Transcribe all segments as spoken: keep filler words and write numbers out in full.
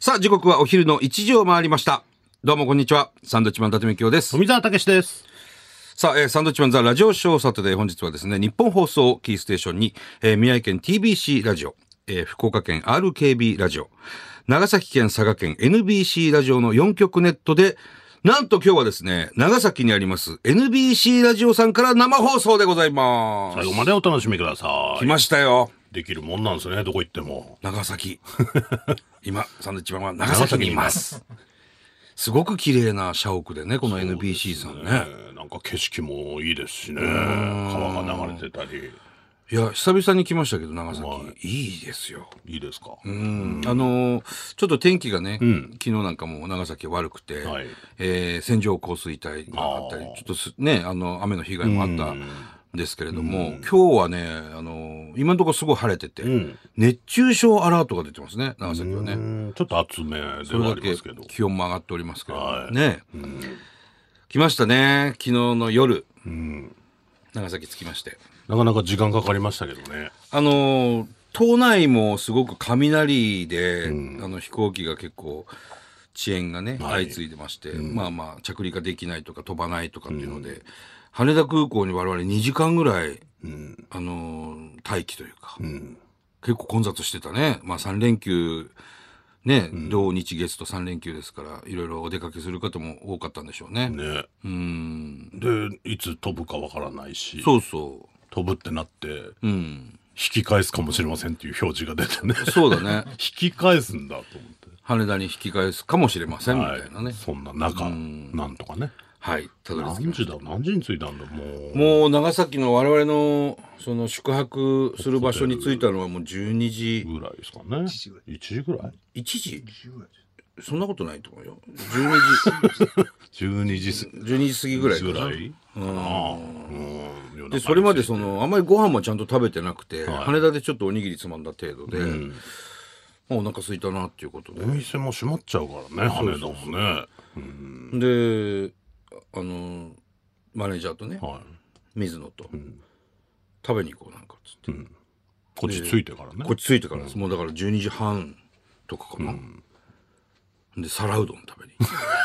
さあ時刻はお昼のいちじを回りました。どうもこんにちは。サンドウィッチマン伊達美京です。 富澤たけしです。 さあ、えー、サンドウィッチマンザラジオショーサタデー、本日はですね、日本放送キーステーションに、えー、宮城県 ティービーシー ラジオ、えー、福岡県 アールケービー ラジオ、長崎県佐賀県 エヌビーシー ラジオのよんきょくネットで、なんと今日はですね、長崎にあります エヌビーシー ラジオさんから生放送でございます。 最後までお楽しみください。 来ましたよ。 できるもんなんですね、どこ行っても。 長崎。今、サンドウィッチマンは長崎にいます。すごく綺麗な社屋でね、この エヌビーシー さんね。ね、 なんか景色もいいですしね。川が流れてたり。 いや、久々に来ましたけど、長崎。いいですよ。 いいですか。 うん。あのー、ちょっと天気がね、うん、昨日なんかも長崎悪くて、はい、えー、線状降水帯があったり、ちょっとすね、あの、雨の被害もあったんですけれども、今日はね、あのー、今のところすごい晴れてて、うん、熱中症アラートが出てますね、長崎はね。 ちょっと暑めではありますけど。それだけ気温も上がっておりますけど、はい、ね。来ましたね、昨日の夜。うん、長崎着きまして。 なかなか時間かかりましたけどね。 あの島内もすごく雷で、うん、あの飛行機が結構遅延がね、はい、相次いでまして、うん、まあまあ着陸ができないとか飛ばないとかっていうので、うん、羽田空港に我々にじかんぐらい、うん、あの待機というか、うん、結構混雑してたね。まあさん連休ね、うん、土日月とさん連休ですからいろいろお出かけする方も多かったんでしょうね。ね、 うん、でいつ飛ぶかわからないし。 そうそう。 飛ぶってなって、うん、引き返すかもしれませんっていう表示が出てね。 そうだね。 引き返すんだと思って。 羽田に引き返すかもしれませんみたいなね。はい、 そんな中、んなんとかね。 はい。 たどり着きました。何時だ何時に着いたんだもう。 もう長崎の我々のその宿泊する場所に着いたのはもうじゅうにじぐらいですかね。いちじぐらい。いちじぐらい ?いちじ? そんなことないと思うよ。じゅうにじ。 じゅうにじ。 じゅうにじ過ぎぐらいかな。 ぐらいうん。 でそれまでそのあんまりご飯もちゃんと食べてなくて、はい、羽田でちょっとおにぎりつまんだ程度で、うん、もうお腹空いたなっていうことで。 お店も閉まっちゃうからね、羽田もね。 うん、であのマネージャーとね、はい、水野と、うん、食べに行こうなんかっつって、うん、 こっち着いてからね。 こっち着いてからです、うん、もうだからじゅうにじはんとかかな、うん、で皿うどん食べに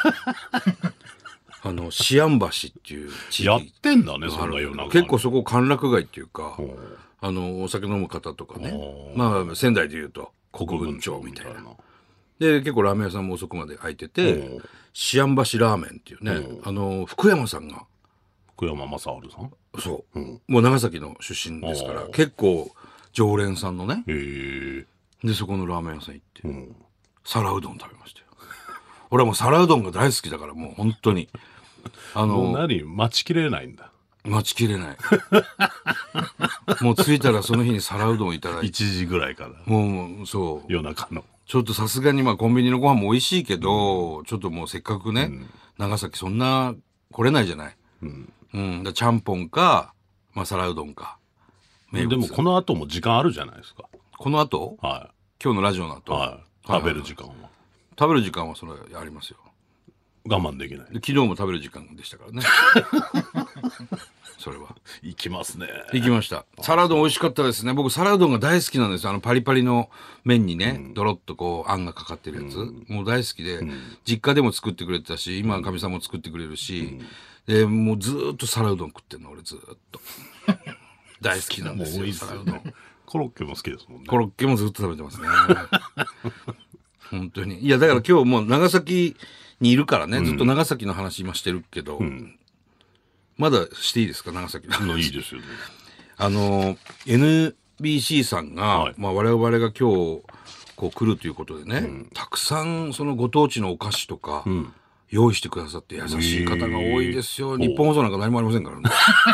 あの思案橋っていう地域やってんだね。そんなような結構そこ歓楽街っていうか、あのお酒飲む方とかね、まあ仙台でいうと国分町みたいなで結構ラーメン屋さんも遅くまで開いてて、思案橋ラーメンっていうね、あの福山さんが福山雅治さんそう、うん、もう長崎の出身ですから結構常連さんのね。へでそこのラーメン屋さん行って、うん、皿うどん食べましたよ。俺はもう皿うどんが大好きだからもう本当にあのもう何待ちきれないんだ。 待ちきれないもう着いたらその日に皿うどんいただいていちじぐらいからもうそう夜中のちょっとさすがにまあコンビニのご飯も美味しいけど、うん、ちょっともうせっかくね、うん、長崎そんな来れないじゃない、うんうん、だちゃんぽんか、まあ、皿うどんかでもこの後も時間あるじゃないですか。 この後、 はい、 今日のラジオの後、 はい、食べる時間は、はいはい、 食べる時間はそれありますよ。 我慢できない。 で昨日も食べる時間でしたからねそれは行きますね。 行きました。皿うどん美味しかったですね。僕皿うどんが大好きなんです。あのパリパリの麺にね、うん、ドロッとこうあんがかかってるやつ、うん、もう大好きで、うん、実家でも作ってくれてたし今かみさんも作ってくれるし、うん、でもうずーっと皿うどん食ってんの俺ずーっと大好きなんですよ。皿うどんコロッケも好きですもんね。 コロッケもずっと食べてますね本当に。いやだから今日もう長崎にいるからね、うん、ずっと長崎の話今してるけど、うん、まだしていいですか長崎の話。 いいですよね。 あの エヌビーシー さんが、はい、まあ、我々が今日こう来るということでね、うん、たくさんそのご当地のお菓子とか、うん、用意してくださって優しい方が多いですよ。日本放送なんか何もありませんからね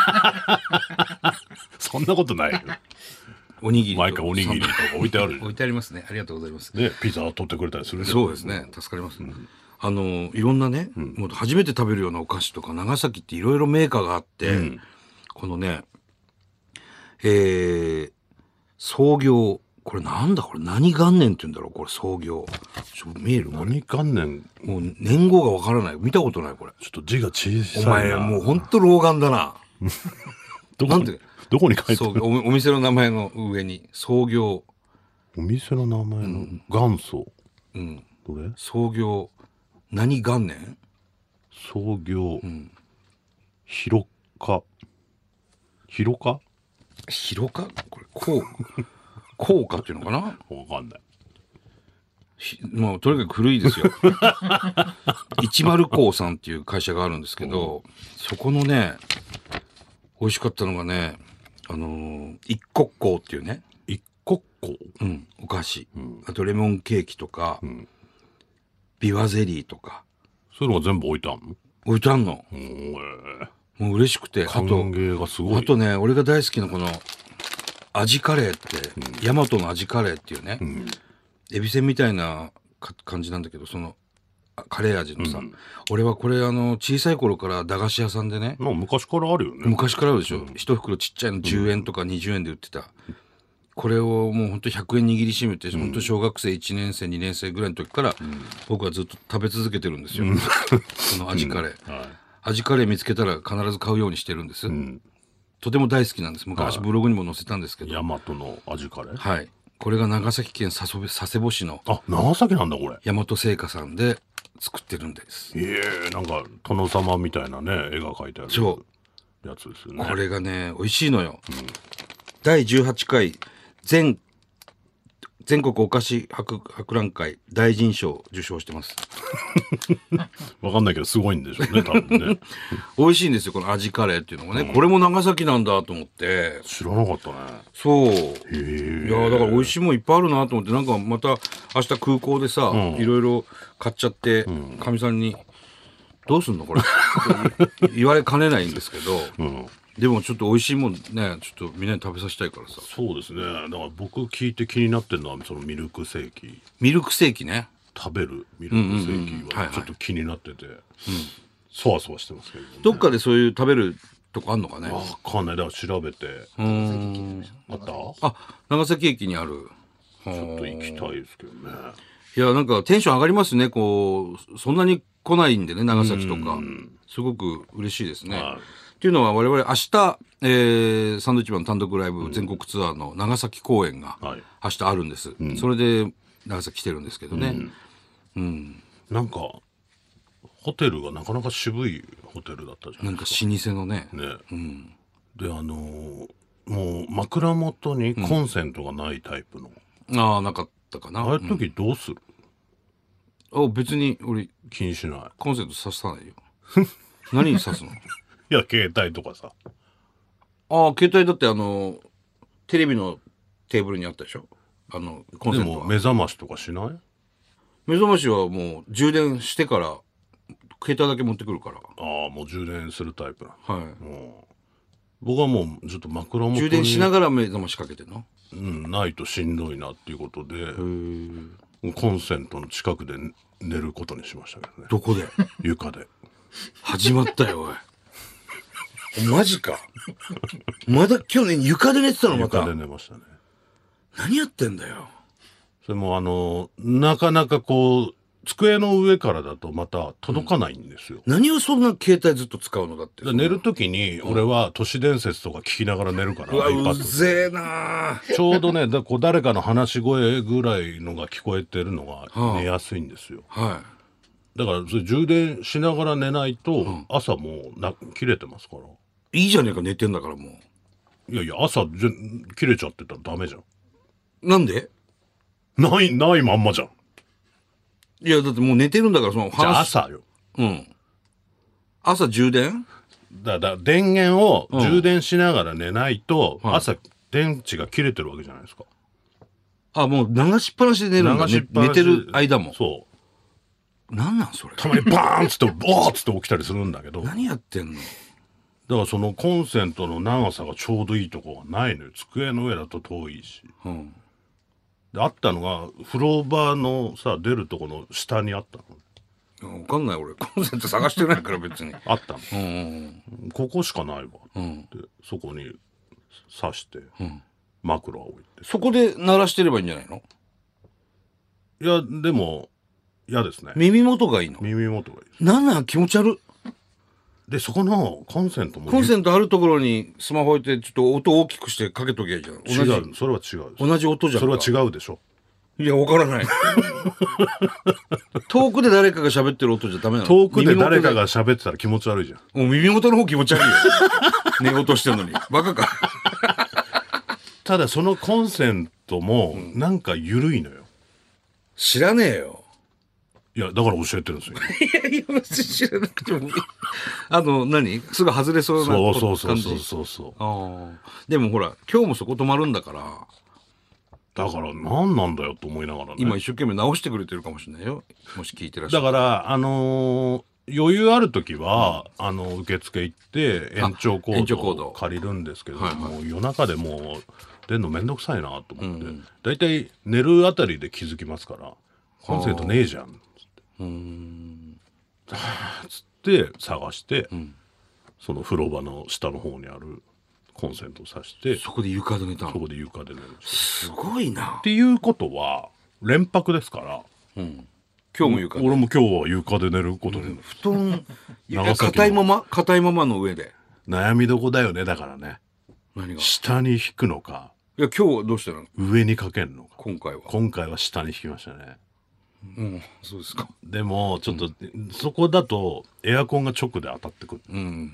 そんなことないよおにぎりと毎回おにぎりとか置いてある置いてありますね。ありがとうございます、 ね、ピザを取ってくれたりする。 そうですね、助かります、うん、あのいろんなね、うん、もう初めて食べるようなお菓子とか長崎っていろいろメーカーがあって、うん、このねえー、創業これなんだこれ何元年って言うんだろうこれ創業ちょ見える何元年もう年号がわからない見たことないこれ。 ちょっと字が小さいな。 お前もうほんと老眼だなどこにどこに書いてあるお, お店の名前の上に創業お店の名前の元祖、 うん、うん、 どれ？ 創業何元年？ 創業、うん、広か広か広かこれこう効果っていうのかな。 わかんない。 まあとにかく古いですよ。一丸興さんっていう会社があるんですけど、そこのね美味しかったのがね、あのー、一国香っていうね、 一国香、 うん、お菓子、うん、あとレモンケーキとか、うん、ビワゼリーとか、 そういうのが全部置いてあんの？ 置いてあんの。もう嬉しくて、 歓迎がすごい。 あとね、俺が大好きなこの味カレーって、うん、大和の味カレーっていうね、うん、エビせんみたいな感じなんだけど、そのカレー味のさ、うん、俺はこれあの小さい頃から駄菓子屋さんでね、 まあ昔からあるよね。 昔からあるでしょ、うん、一袋ちっちゃいのじゅうえんとかにじゅうえんで売ってた、うん、これをもうほんとひゃくえん握りしめて、うん、ほんと小学生いちねん生にねん生ぐらいの時から、うん、僕はずっと食べ続けてるんですよ、うん、この味カレー、うん、はい、味カレー見つけたら必ず買うようにしてるんです、うん、とても大好きなんです。昔ブログにも載せたんですけど、 大和の味カレー、 はい、これが長崎県佐世保市の、 あ、長崎なんだこれ、 大和製菓さんで作ってるんです。 ええー、なんか殿様みたいなね絵が描いてあるやつですよね。 これがね美味しいのよ、うん、だいじゅうはちかい全全国お菓子博博覧会大臣賞を受賞してます。 わかんないけどすごいんでしょうね多分ね。 美味しいんですよこの味カレーっていうのもね、うん、これも長崎なんだと思って知らなかったね。 そう、へいやだから美味しいもんいっぱいあるなと思って、なんかまた明日空港でさ、うん、いろいろ買っちゃってかみ、うん、さんにどうすんのこれ言われかねないんですけど、うん、でもちょっと美味しいもんねちょっとみんなに食べさせたいからさ。 そうですね。だから僕聞いて気になってるのはそのミルクセーキ。 ミルクセーキね、 食べるミルクセーキはちょっと気になってて、そわそわしてますけど、ね、 どっかでそういう食べるとこあんのかね。 わかんない。だから調べて。うん、あった？ あ、長崎駅にある。 ちょっと行きたいですけどね。 いやなんかテンション上がりますね。こうそんなに来ないんでね長崎とか、すごく嬉しいですね。はい、っていうのは我々明日、えー、サンドウィッチマンの単独ライブ全国ツアーの長崎公演が明日あるんです、うん、それで長崎来てるんですけどね、うんうん、なんかホテルがなかなか渋いホテルだったじゃないですか。 なんか老舗のね。 ね、うん、であのー、もう枕元にコンセントがないタイプの、 うん、ああなかったかな。 ああいう時どうする？ うん、あ別に俺気にしない。 コンセント挿さないよ。何に挿すの？ いや携帯とかさ。 ああ携帯だってあのテレビのテーブルにあったでしょ、あのコンセントは。 でも目覚ましとかしない？ 目覚ましはもう充電してから携帯だけ持ってくるから。 ああもう充電するタイプなの。はい、 うん、僕はもうちょっと枕元に充電しながら目覚ましかけてんの？ うんないとしんどいなっていうことでコンセントの近くで寝ることにしましたけどね。 どこで？ 床で。 始まったよおい。マジか。まだ去年床で寝てたの？また床で寝ましたね。 何やってんだよ。 それもあのなかなかこう机の上からだとまた届かないんですよ、 うん、何をそんな携帯ずっと使うの？だって寝る時に俺は都市伝説とか聞きながら寝るから、 うん、うわうぜえな。 ちょうどねだこう誰かの話し声ぐらいのが聞こえてるのが寝やすいんですよ、はあ、はい、だからそれ充電しながら寝ないと朝もうな切れてますから。 いいじゃねえか寝てんだからもう。いやいや朝じゃ切れちゃってたらダメじゃん。 なんで？ ないないまんまじゃん。 いやだってもう寝てるんだからその話。 じゃあ朝よ。 うん。朝充電？ だから電源を充電しながら寝ないと、うん、朝電池が切れてるわけじゃないですか。 あもう流しっぱなしで寝るんだ。ね、寝てる間も。 そう。 なんなんそれ。 たまにバーンっつってボーっつって起きたりするんだけど。 何やってんの？ だからそのコンセントの長さがちょうどいいとこがないのよ。机の上だと遠いし、うん、であったのが風呂場のさ出るとこの下にあったの。分かんない俺コンセント探してないから別にあったの、うんうんうん、ここしかないわ、うん、でそこに挿して、うん、枕を置いてそこで鳴らしてればいいんじゃないの？ いやでも嫌ですね。 耳元がいいの？ 耳元がいいです。 なんなん気持ち悪っ。 でそこのコンセントもコンセントあるところにスマホ置いてちょっと音大きくしてかけときゃいいじゃん。 違うそれは違う。 同じ音じゃん。 それは違うでしょ。 いや、わからない。遠くで誰かが喋ってる音じゃダメなの？ 遠くで誰かが喋ってたら気持ち悪いじゃん。 もう耳元の方気持ち悪いよ。寝ようとしてるのに。バカか。 ただそのコンセントもなんか緩いのよ。 知らねえよ。 いや、だから教えてるんですよ。 いやいや、別に知らなくてもいい。あの、何すぐ外れそうなそう感じ。 そうそうそうそうそう。 ああ。でもほら、今日もそこ止まるんだから、 だから何なんだよと思いながらね。 今一生懸命直してくれてるかもしれないよ。もし聞いてらっしゃだる。 からあのー余裕ある時は、うん、あの受付行って延長コードを借りるんですけど、もう夜中でもう出るのめんどくさいなと思って、うん、だいたい寝るあたりで気づきますから、コンセントねえじゃんっつって、うーんつって探して、うん、その風呂場の下の方にあるコンセントを挿して、 そこで床で寝たの？ そこで床で寝る。 すごいな。 っていうことは連泊ですから、 うん、今日も床で。 俺も今日は床で寝ることで、うん、 布団硬いまま硬いままの上で。 悩みどこだよね。だからね、 何が下に引くのか、 いや今日はどうしてなの？ 上にかけるのか。 今回は今回は下に引きましたね。 うん、そうですか。 でもちょっと、うん、そこだとエアコンが直で当たってくる、うん、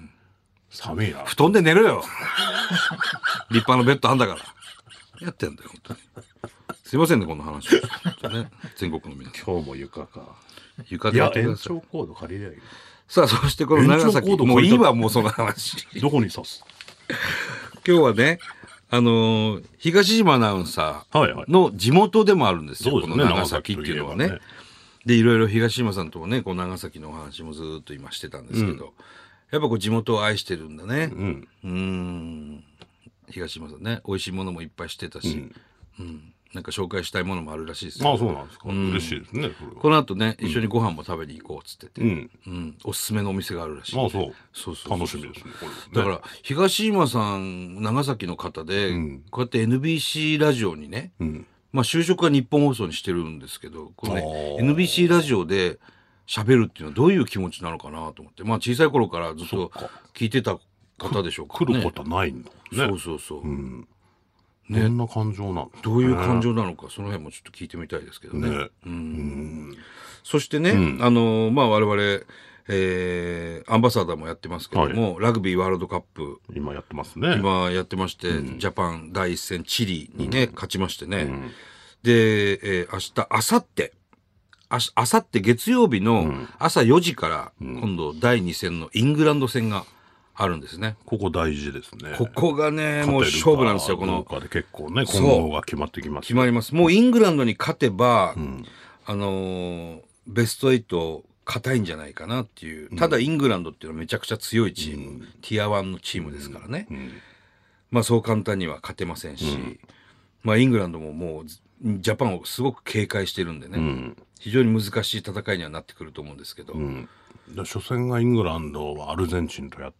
寒いな。 布団で寝ろよ。立派なベッドあんだから。やってんだよ本当に。すいませんねこんな話、ね、全国の皆さん。 今日も床か。 床でやってください。 延長コード借りりゃいい。 さあそしてこの長崎、もういいわもうその話。 どこに刺す？ 今日はね、あのー、東島アナウンサーの地元でもあるんですよ、はいはい、この長崎っていうのはね。ねでいろいろ東島さんともねこう長崎のお話もずっと今してたんですけど、うん、やっぱこう地元を愛してるんだね。うん、うーん東島さんね、美味しいものもいっぱいしてたし、うんうん、なんか紹介したいものもあるらしいですよ。 ああそうなんですか、うん、嬉しいですね。 この後ね、うん、一緒にご飯も食べに行こうっつってて、うんうん、おすすめのお店があるらしい。 ああそうそうそうそう、 楽しみですねこれね。 だから東島さん長崎の方で、うん、こうやって エヌビーシー ラジオにね、うんまあ就職は日本放送にしてるんですけど、このね エヌビーシー ラジオで喋るっていうのはどういう気持ちなのかなと思って、まあ小さい頃からずっと聞いてた方でしょうかね。 来ることないんだね。 そうそうそう、うんね、どんな感情なんですかね。 どういう感情なのかその辺もちょっと聞いてみたいですけどね。ねうんうんそしてね、うん、あのまあ我々、えー、アンバサダーもやってますけども、はい、ラグビーワールドカップ今やってますね。 今やってまして、うん、ジャパン第一戦チリにね、うん、勝ちましてね、うん、で、えー、明日明後日あさって月曜日の朝よじから、今度だいに戦のイングランド戦があるんですね。 ここ大事ですね。 ここがねもう勝負なんですよ。こので結構ね今後が決まってきます。 決まります。もうイングランドに勝てば、うん、あのー、ベストエイト硬いんじゃないかなっていう、うん、ただイングランドっていうのはめちゃくちゃ強いチーム、うん、ティアワンのチームですからね、うん、まあそう簡単には勝てませんし、うん、まあイングランドももうジャパンをすごく警戒してるんでね、うん、非常に難しい戦いにはなってくると思うんですけど、うん、 初戦がイングランドはアルゼンチンとやって、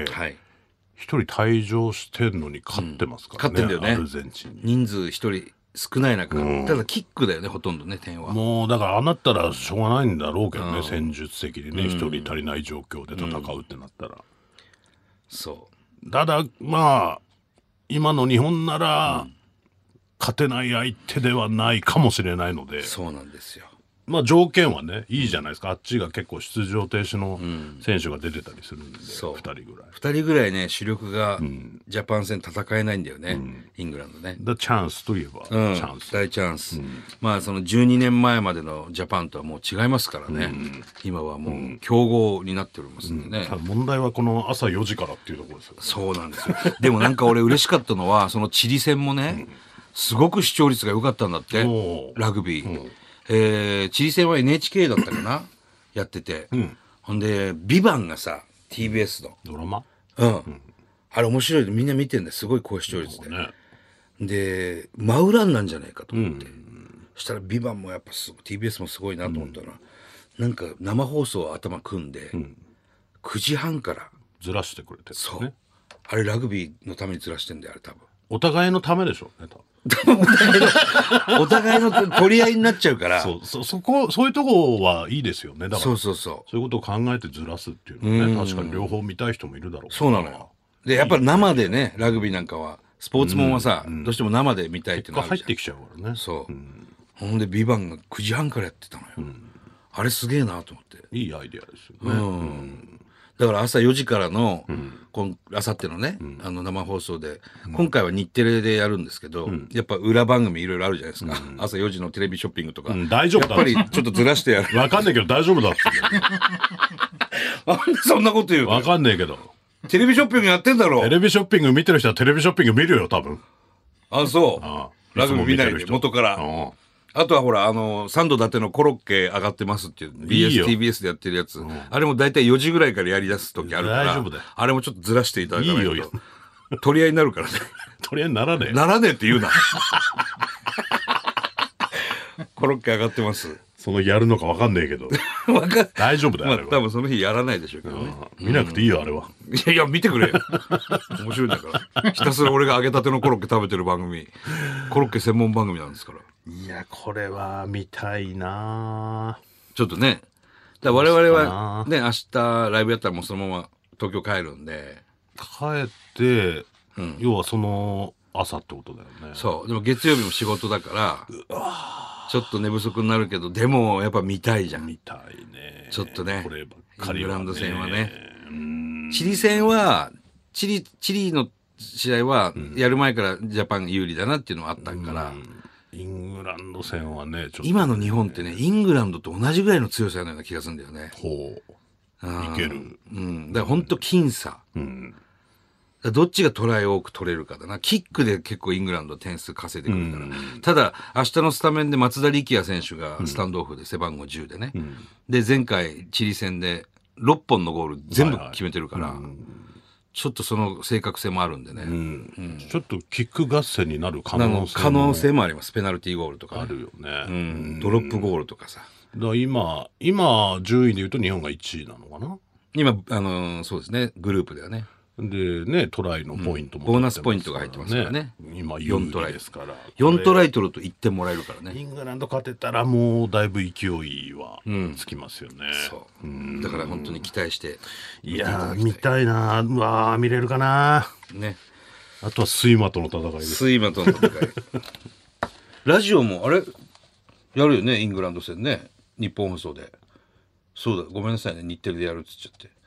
はい、一人退場してんのに勝ってますからね、 うん、勝ってんだよね。 アルゼンチンに人数一人少ない中、うん、ただキックだよねほとんどね点は。 もうだからああなったらしょうがないんだろうけどね、うん、戦術的にね一、うん、人足りない状況で戦うってなったら、うん、 そうただまあ今の日本なら、うん、勝てない相手ではないかもしれないので。 そうなんですよ。 まあ条件はねいいじゃないですか。あっちが結構出場停止の選手が出てたりするんで、うん、ふたりぐらいふたりぐらいね主力がジャパン戦戦えないんだよね、うん、イングランドね。 だチャンスといえば、 うん、チャンス大チャンス、うん、まあそのじゅうにねんまえまでのジャパンとはもう違いますからね、うん、今はもう強豪になっておりますんでね、 うん、ただ問題はこの朝よじからっていうところですよね。 そうなんですよ。でもなんか俺嬉しかったのはそのチリ戦もね、うん、すごく視聴率が良かったんだってラグビー、うんえー、チリ戦は エヌエイチケー だったかなやってて、うん、ほんでビバンがさ ティービーエス のドラマ、 うん、うん、あれ面白いでみんな見てんだよ。すごい高視聴率で、ね、で真裏なんじゃないかと思って、うん、そしたらビバンもやっぱ ティービーエス もすごいなと思ったら、うん、なんか生放送頭組んで、うん、くじはんからずらしてくれてる、ね、 そうあれラグビーのためにずらしてんだよあれ多分。 お互いのためでしょうね多分。 お互いの取り合いになっちゃうからそうそそこそういうとこはいいですよね。だからそうそうそうそういうことを考えてずらすっていうのはね、確かに両方見たい人もいるだろう。 そうなのよ。でやっぱり生でねラグビーなんかはスポーツもんはさ、うん、どうしても生で見たいっていうのが入ってきちゃうからね。 そう、うん、 ほんで「ビバンがくじはんからやってたのよ、うん、あれすげえなと思って。 いいアイデアですよね、うんうん、 だから朝よじからの、うん、あさってのね、うん、あの生放送で、うん、今回は日テレでやるんですけど、うん、やっぱ裏番組いろいろあるじゃないですか、うん、朝よじのテレビショッピングとか、 うん、大丈夫だやっぱりちょっとずらしてやるわかんないけど大丈夫だってなんでそんなこと言うの。 わかんないけどテレビショッピングやってんだろ。 テレビショッピング見てる人はテレビショッピング見るよ多分。 あ、そう。ああ、ラグビー見ないで元から。ああ、あとはほらあのさんど建てのコロッケ上がってますっていう ビーエスティービーエス でやってるやつ、うん、あれも大体よじぐらいからやりだす時あるから、大丈夫だよ。あれもちょっとずらしていただかないと。いいよ取り合いになるからね。 取り合いにならねえ。 ならねえって言うな。コロッケ上がってます。 そのやるのか分かんねえけど大丈夫だよ、 まあ、多分その日やらないでしょうけどね。 見なくていいよあれは。 いやいや見てくれよ。面白いんだからひたすら俺が揚げたてのコロッケ食べてる番組、コロッケ専門番組なんですから。 いやこれは見たいな。 ちょっとね、だ我々はね明日ライブやったらもうそのまま東京帰るんで、 帰って、うん、要はその朝ってことだよね。 そうでも月曜日も仕事だからちょっと寝不足になるけど、でもやっぱ見たいじゃん。 見たいね。 ちょっとね、 こればっかりはね、イングランド戦はね。チリ戦はチリチリの試合はやる前からジャパン有利だなっていうのはあったから、 イングランド戦はね、ちょっとね、 今の日本ってねイングランドと同じぐらいの強さのような気がするんだよね。 ほう、いける。 うん、だから本当僅差。うん、どっちがトライ多く取れるかだな。キックで結構イングランド点数稼いでくるから、うん、ただ明日のスタメンで松田力也選手がスタンドオフで背番号じゅうでね、うん、で前回チリ戦でろっぽんのゴール全部決めてるから、はいはい、うん、ちょっとその正確性もあるんでね、うんうん、ちょっとキック合戦になる可能性も可能性もあります。ペナルティーゴールとか、ね、 あるよね、 うん、ドロップゴールとかさ。 だ今今順位でいうと日本がいちいなのかな今。あのー、そうですね、グループではね。 でね、トライのポイントも、 うん、ボーナスポイントが入ってますからね。 今よんトライですから、 よんトライ取るといってんもらえるからね。 イングランド勝てたらもうだいぶ勢いはつきますよね、 うん、そう、うん、だから本当に期待していやー見たいな。うわー見れるかなね。あとは睡魔との戦いです。 睡魔との戦いラジオもあれやるよね、イングランド戦ね、日本放送で。そうだ、ごめんなさいね、日テレでやるっつっちゃって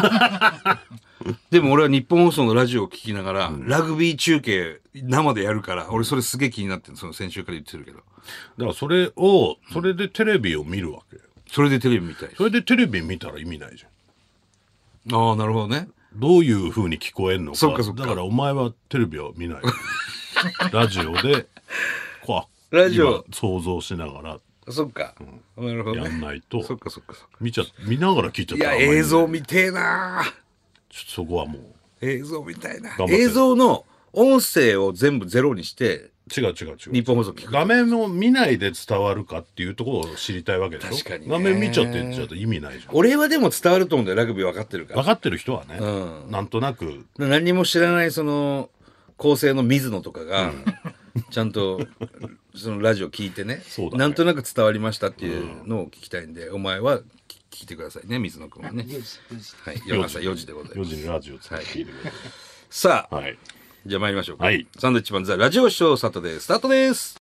でも俺は日本放送のラジオを聞きながら、うん、ラグビー中継生でやるから、俺それすげえ気になってる。その先週から言ってるけど、だからそれをそれでテレビを見るわけ、うん、 それでテレビ見たい。 それでテレビ見たら意味ないじゃん。ああなるほどね。 どういう風に聞こえんのか。 そっかそっか。 だからお前はテレビは見ないラジオでこうラジオ想像しながら。 そっか、うん、なるほど、ね、 やんないと。 そっかそっかそっか。 見ちゃ見ながら聞いちゃったら。 いや映像見てえな。 ちょっとそこはもう映像見たいな。映像の音声を全部ゼロにして違う違う違う日本放送聞く。 画面を見ないで伝わるかっていうところを知りたいわけでしょ。 確かに、ね、 画面見ちゃってっちゃうと意味ないじゃん。 俺はでも伝わると思うんだよ、ラグビー分かってるから。 分かってる人はね、うん、なんとなく何も知らないその構成の水野とかが、うん、ちゃんとそのラジオ聞いて ね, ねなんとなく伝わりましたっていうのを聞きたいんで、うん、お前は聞いてくださいね、水野君はね。はい、夜朝よじでございます。 よじにラジオ使って聞いてください。 さあ、はい、じゃあ参りましょうか、はい、サンドウィッチマンザラジオショーサタデースタートです。